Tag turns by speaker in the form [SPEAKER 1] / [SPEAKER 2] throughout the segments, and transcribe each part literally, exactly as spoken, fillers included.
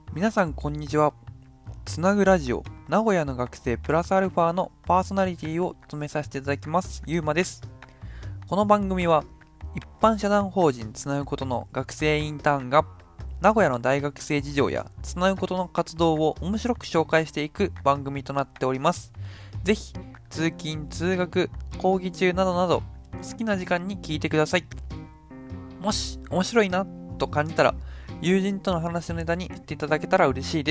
[SPEAKER 1] 皆さんこんにちは。つなぐラジオ名古屋の学生プラスアルファのパーソナリティを務めさせていただきますゆうまです。この番組は一般社団法人つなぐことの学生インターンが名古屋の大学生事情やつなぐことの活動を面白く紹介していく番組となっております。ぜひ通勤通学講義中などなど好きな時間に聞いてください。もし面白いなと感じたら友人との話のネタにしていただけたら嬉しいです。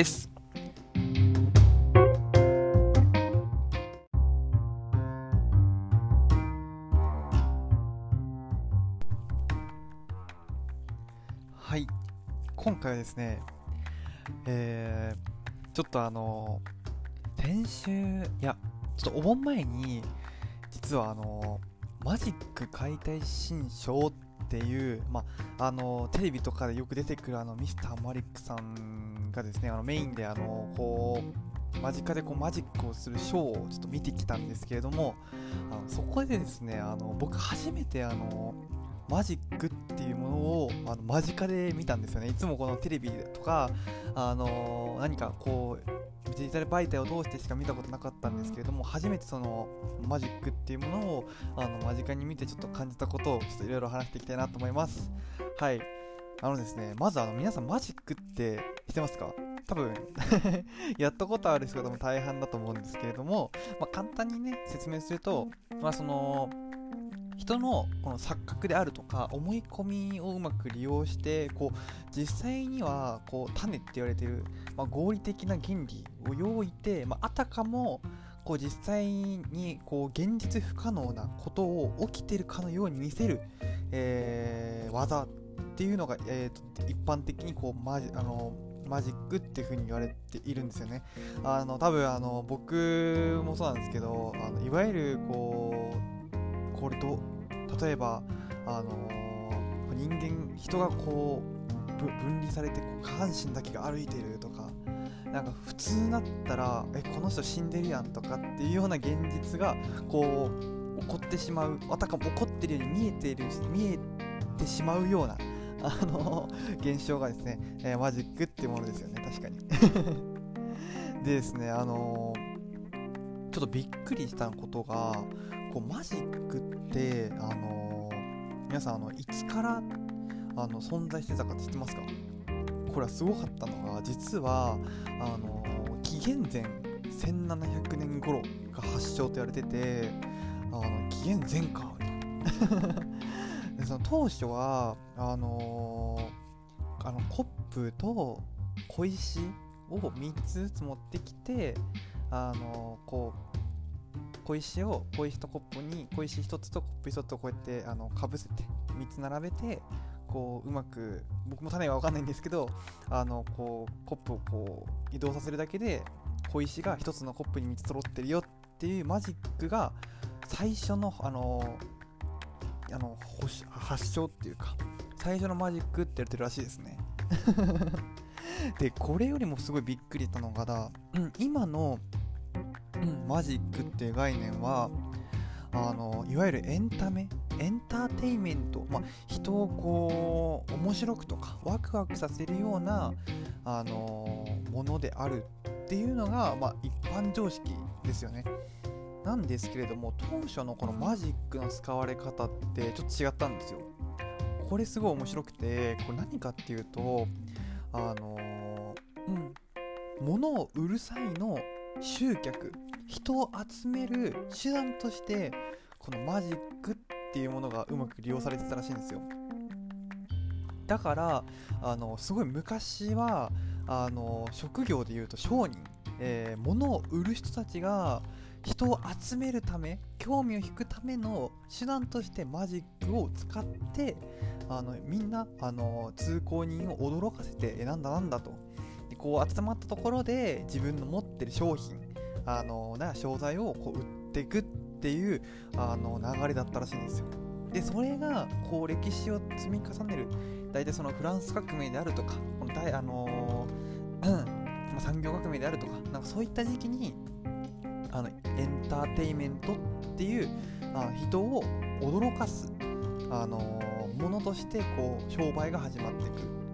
[SPEAKER 1] はい、今回はですね、えー、ちょっとあの先週いやちょっとお盆前に実はあのマジック解体新書っていう、まあのテレビとかでよく出てくるあのミスターマリックさんがですね、あのメインであのこう間近でこうマジックをするショーをちょっと見てきたんですけれども、あのそこでですね、あの僕初めてあのマジックっていうものをあの間近で見たんですよね。いつもこのテレビとかあの何かこうデジタル媒体を通してしか見たことなかったんですけれども、初めてそのマジックっていうものをあの間近に見てちょっと感じたことをちょっといろいろ話していきたいなと思います。はい、あのですね、まずあの皆さんマジックって知ってますか？多分やったことある人も大半だと思うんですけれども、まあ、簡単にね説明すると、まあ、その人のこの錯覚であるとか思い込みをうまく利用してこう実際にはこう種って言われている、まあ、合理的な原理を用いて、まあ、あたかもこう実際にこう現実不可能なことを起きているかのように見せる、えー、技っていうのが、えー、と一般的にこうマジあのマジックっていう風に言われているんですよね。あの多分あの僕もそうなんですけど、あのいわゆるこうこれと例えば、あのー、人間人がこう分離されてこう下半身だけが歩いてるとか、なんか普通だったらえこの人死んでるやんとかっていうような現実がこう起こってしまう、あたかも起こってるように見えている見えてしまうようなあのー、現象がですね、えー、マジックっていうものですよね。確かにでですね、あのー、ちょっとびっくりしたことが、こうマジックって、あのー、皆さんあのいつからあの存在してたか知ってますか？これはすごかったのが、実はあのー、紀元前せんななひゃくねん頃が発祥と言われてて、あの紀元前かでその当初はあのー、あのコップと小石をみっつずつ持ってきて、あのー、こう小石を小石とコップに小石ひとつとコップひとつとこうやってあのかぶせてみっつ並べて、こううまく、僕も種は分かんないんですけど、あのこうコップをこう移動させるだけで小石がひとつのコップにみっつ揃ってるよっていうマジックが最初のあのあの発祥っていうか最初のマジックって言われてるらしいですねでこれよりもすごいびっくりしたのがだ、うん、今のうん、マジックっていう概念はあのいわゆるエンタメエンターテイメント、まあ、人をこう面白くとかワクワクさせるようなあのものであるっていうのが、まあ、一般常識ですよね。なんですけれども、当初のこのマジックの使われ方ってちょっと違ったんですよ。これすごい面白くて、これ何かっていうと、あのうん物を売る際の集客、人を集める手段としてこのマジックっていうものがうまく利用されてたらしいんですよ。だからあのすごい昔はあの職業でいうと商人、えー、物を売る人たちが人を集めるため、興味を引くための手段としてマジックを使ってあのみんなあの通行人を驚かせて、えなんだなんだと、でこう集まったところで自分の持ってる商品、あのな商材をこう売っていくっていうあの流れだったらしいんですよ。でそれがこう歴史を積み重ねる、大体そのフランス革命であるとか、この大、あのーうん、産業革命であるとか、なんかそういった時期にあのエンターテイメントっていうあ人を驚かす、あのーものとしてこう商売が始まっていく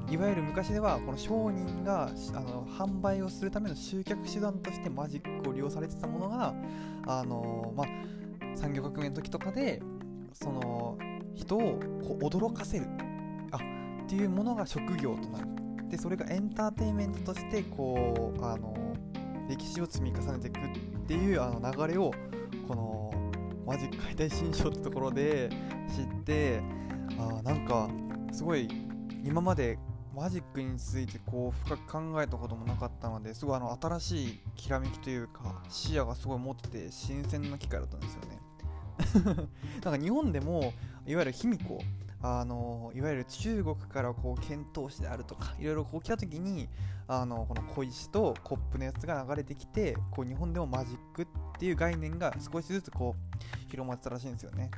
[SPEAKER 1] いわゆる昔ではこの商人があの販売をするための集客手段としてマジックを利用されてたものが、あのまあ、産業革命の時とかでその人をこう驚かせるあっていうものが職業となる。でそれがエンターテインメントとしてこうあの歴史を積み重ねていくっていうあの流れをこのマジック解体新書ってところで知って、あなんかすごい今までマジックについてこう深く考えたこともなかったので、すごいあの新しいきらめきというか視野がすごい持ってて新鮮な機会だったんですよねなんか日本でもいわゆる卑弥呼、あのいわゆる中国からこう遣唐使であるとかいろいろこう来た時にあのこの小石とコップのやつが流れてきて、こう日本でもマジックっていう概念が少しずつこう広まってたらしいんですよね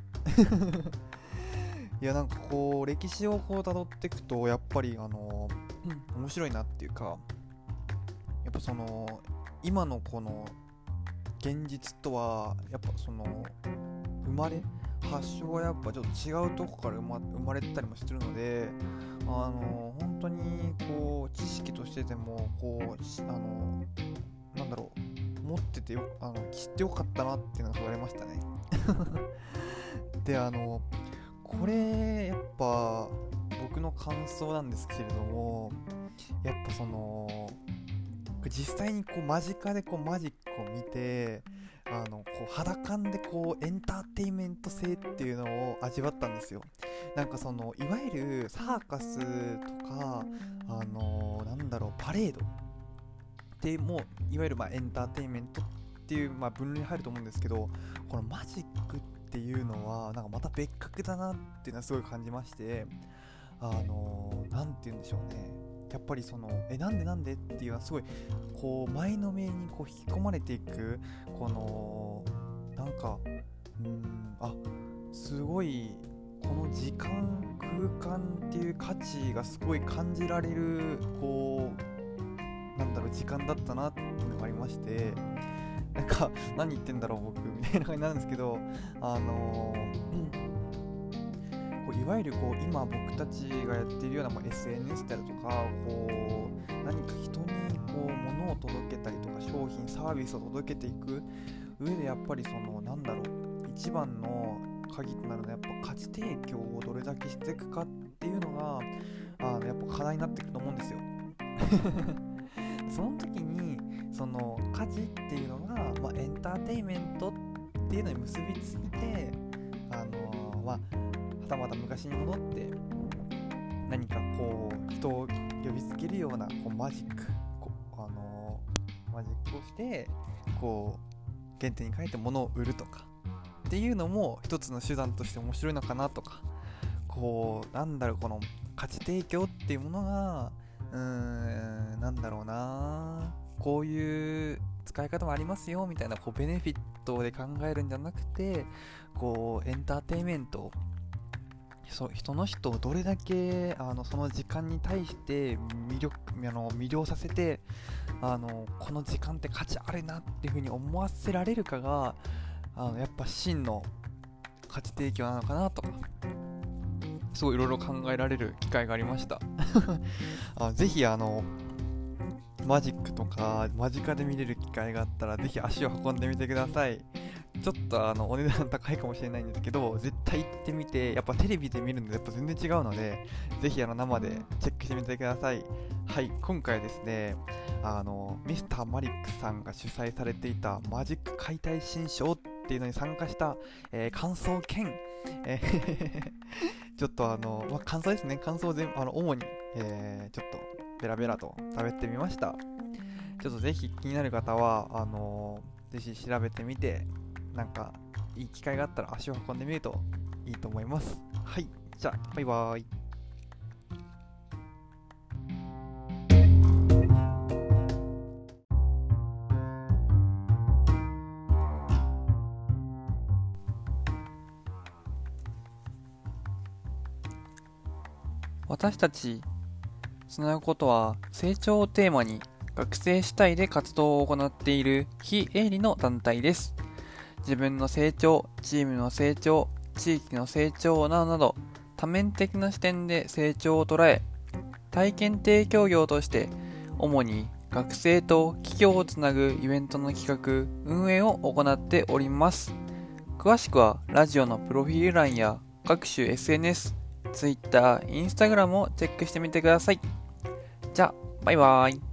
[SPEAKER 1] いやなんかこう歴史をこう辿っていくとやっぱりあの、うん、面白いなっていうか、やっぱその今のこの現実とはやっぱその生まれ発祥はやっぱちょっと違うとこから生 ま, 生まれてたりもしてるので、あの本当にこう知識としてでもこうあのなんだろう持っててよあの知ってよかったなっていうのが言われましたねであのこれやっぱ僕の感想なんですけれども、やっぱその実際にこう間近でこうマジックを見てあのこう肌感でこうエンターテインメント性っていうのを味わったんですよ。なんかそのいわゆるサーカスとかあのなんだろうパレードってもういわゆるまあエンターテインメントっていうまあ分類に入ると思うんですけど、このマジックっていうのはなんかまた別格だなっていうのはすごい感じまして、あのなんて言うんでしょうね、やっぱりそのえなんでなんでっていうのはすごいこう前のめりにこう引き込まれていくこのなんかうーんあすごいこの時間空間っていう価値がすごい感じられるこうなんだろう時間だったなっていうのがありまして、なんか何言ってんだろう僕みたいな感じなんですけど、あのーこういわゆるこう今僕たちがやっているようなもう エスエヌエス であるとかこう何か人にこう物を届けたりとか商品サービスを届けていく上でやっぱりそのなんだろう一番の鍵となるのはやっぱ価値提供をどれだけしていくかっていうのがあのやっぱ課題になってくると思うんですよその時にその価値っていうのが、まあ、エンターテインメントっていうのに結びついてあのまあはたまた昔に戻って何かこう人を呼びつけるようなこうマジックこう、あのー、マジックをしてこう原点に書いて物を売るとかっていうのも一つの手段として面白いのかなとか、こうなんだろうこの価値提供っていうものがうーんなんだろうなこういう使い方もありますよみたいなこうベネフィットで考えるんじゃなくて、こうエンターテインメントそ人の人をどれだけあのその時間に対して魅力あの魅了させてあのこの時間って価値あるなっていう風に思わせられるかがあのやっぱ真の価値提供なのかなとかすごいいろいろ考えられる機会がありましたあぜひあのマジックとか間近で見れる機会があったらぜひ足を運んでみてください。ちょっとあのお値段高いかもしれないんですけど絶対行ってみて、やっぱテレビで見るのでやっぱ全然違うのでぜひあの生でチェックしてみてください。はい、今回ですねあのミスターマリックさんが主催されていたマジック解体新書っていうのに参加した、えー、感想兼、えー、ちょっとあの、まあ、感想ですね感想を全あの主に、えー、ちょっとベラベラと喋ってみました。ちょっとぜひ気になる方はあのぜひ調べてみてなんかいい機会があったら足を運んでみるといいと思います。はい、じゃあバイバーイ。私たちつなぐことは成長をテーマに学生主体で活動を行っている非営利の団体です。自分の成長、チームの成長、地域の成長などなど多面的な視点で成長を捉え、 体験提供業として主に学生と企業をつなぐイベントの企画・運営を行っております。詳しくはラジオのプロフィール欄や各種 エスエヌエス、Twitter、Instagram をチェックしてみてください。じゃあ、バイバーイ。